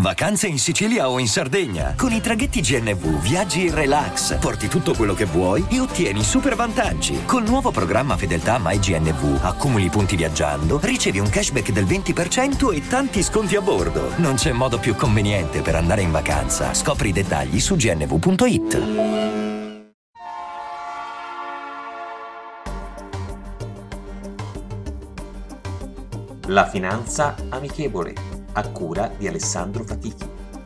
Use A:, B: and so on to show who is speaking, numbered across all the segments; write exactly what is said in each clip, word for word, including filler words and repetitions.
A: Vacanze in Sicilia o in Sardegna. Con i traghetti G N V viaggi in relax, porti tutto quello che vuoi e ottieni super vantaggi. Col nuovo programma Fedeltà MyGNV accumuli punti viaggiando, ricevi un cashback del venti per cento e tanti sconti a bordo. Non c'è modo più conveniente per andare in vacanza. Scopri i dettagli su g n v punto i t.
B: La finanza amichevole, a cura di Alessandro Fatichi.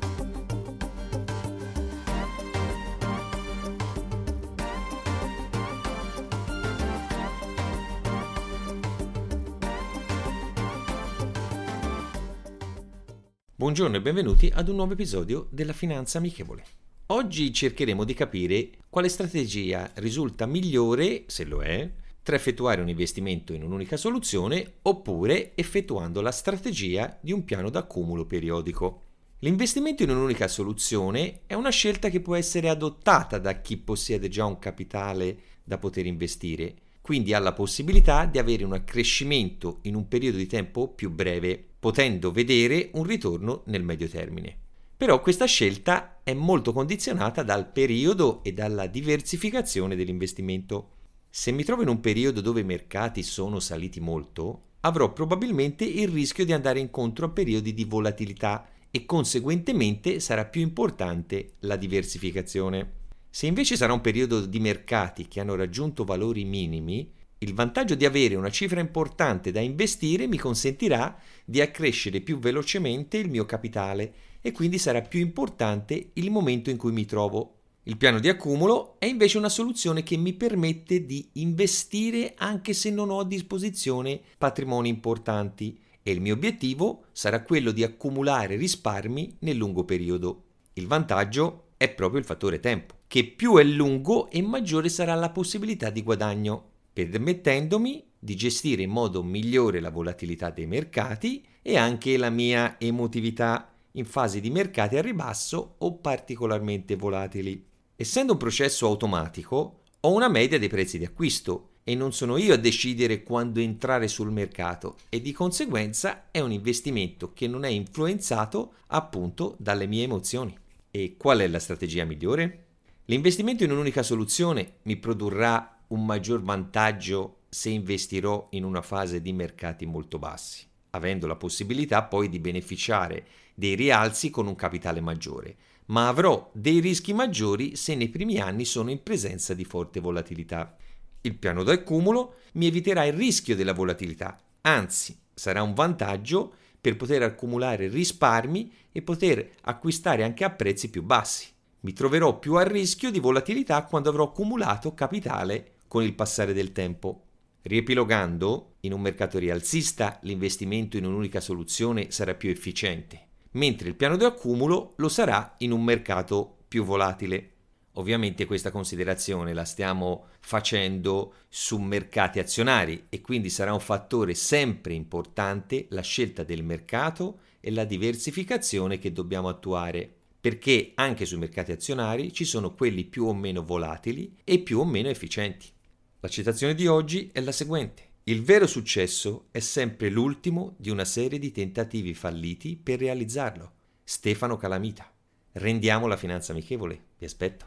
B: Buongiorno e benvenuti ad un nuovo episodio della Finanza Amichevole. Oggi cercheremo di capire quale strategia risulta migliore, se lo è, tra effettuare un investimento in un'unica soluzione oppure effettuando la strategia di un piano d'accumulo periodico. L'investimento in un'unica soluzione è una scelta che può essere adottata da chi possiede già un capitale da poter investire, quindi ha la possibilità di avere un accrescimento in un periodo di tempo più breve, potendo vedere un ritorno nel medio termine. Però questa scelta è molto condizionata dal periodo e dalla diversificazione dell'investimento. Se mi trovo in un periodo dove i mercati sono saliti molto, avrò probabilmente il rischio di andare incontro a periodi di volatilità e conseguentemente sarà più importante la diversificazione. Se invece sarà un periodo di mercati che hanno raggiunto valori minimi, il vantaggio di avere una cifra importante da investire mi consentirà di accrescere più velocemente il mio capitale e quindi sarà più importante il momento in cui mi trovo. Il piano di accumulo è invece una soluzione che mi permette di investire anche se non ho a disposizione patrimoni importanti e il mio obiettivo sarà quello di accumulare risparmi nel lungo periodo. Il vantaggio è proprio il fattore tempo, che più è lungo e maggiore sarà la possibilità di guadagno, permettendomi di gestire in modo migliore la volatilità dei mercati e anche la mia emotività in fasi di mercati a ribasso o particolarmente volatili. Essendo un processo automatico, ho una media dei prezzi di acquisto e non sono io a decidere quando entrare sul mercato e di conseguenza è un investimento che non è influenzato appunto dalle mie emozioni. E qual è la strategia migliore? L'investimento in un'unica soluzione mi produrrà un maggior vantaggio se investirò in una fase di mercati molto bassi, avendo la possibilità poi di beneficiare dei rialzi con un capitale maggiore, ma avrò dei rischi maggiori se nei primi anni sono in presenza di forte volatilità. Il piano d'accumulo mi eviterà il rischio della volatilità, anzi sarà un vantaggio per poter accumulare risparmi e poter acquistare anche a prezzi più bassi. Mi troverò più a rischio di volatilità quando avrò accumulato capitale con il passare del tempo. Riepilogando, in un mercato rialzista l'investimento in un'unica soluzione sarà più efficiente, mentre il piano di accumulo lo sarà in un mercato più volatile. Ovviamente questa considerazione la stiamo facendo su mercati azionari e quindi sarà un fattore sempre importante la scelta del mercato e la diversificazione che dobbiamo attuare, perché anche sui mercati azionari ci sono quelli più o meno volatili e più o meno efficienti. La citazione di oggi è la seguente: il vero successo è sempre l'ultimo di una serie di tentativi falliti per realizzarlo. Stefano Calamita. Rendiamo la finanza amichevole. Vi aspetto.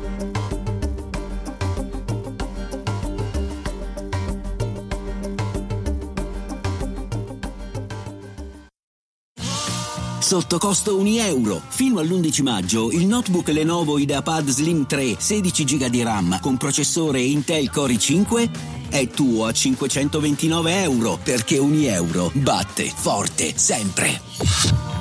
C: Sotto costo un euro. Fino all'undici maggio il notebook Lenovo IdeaPad Slim tre sedici giga di RAM con processore Intel Core i cinque è tuo a cinquecentoventinove euro, perché un euro batte forte sempre.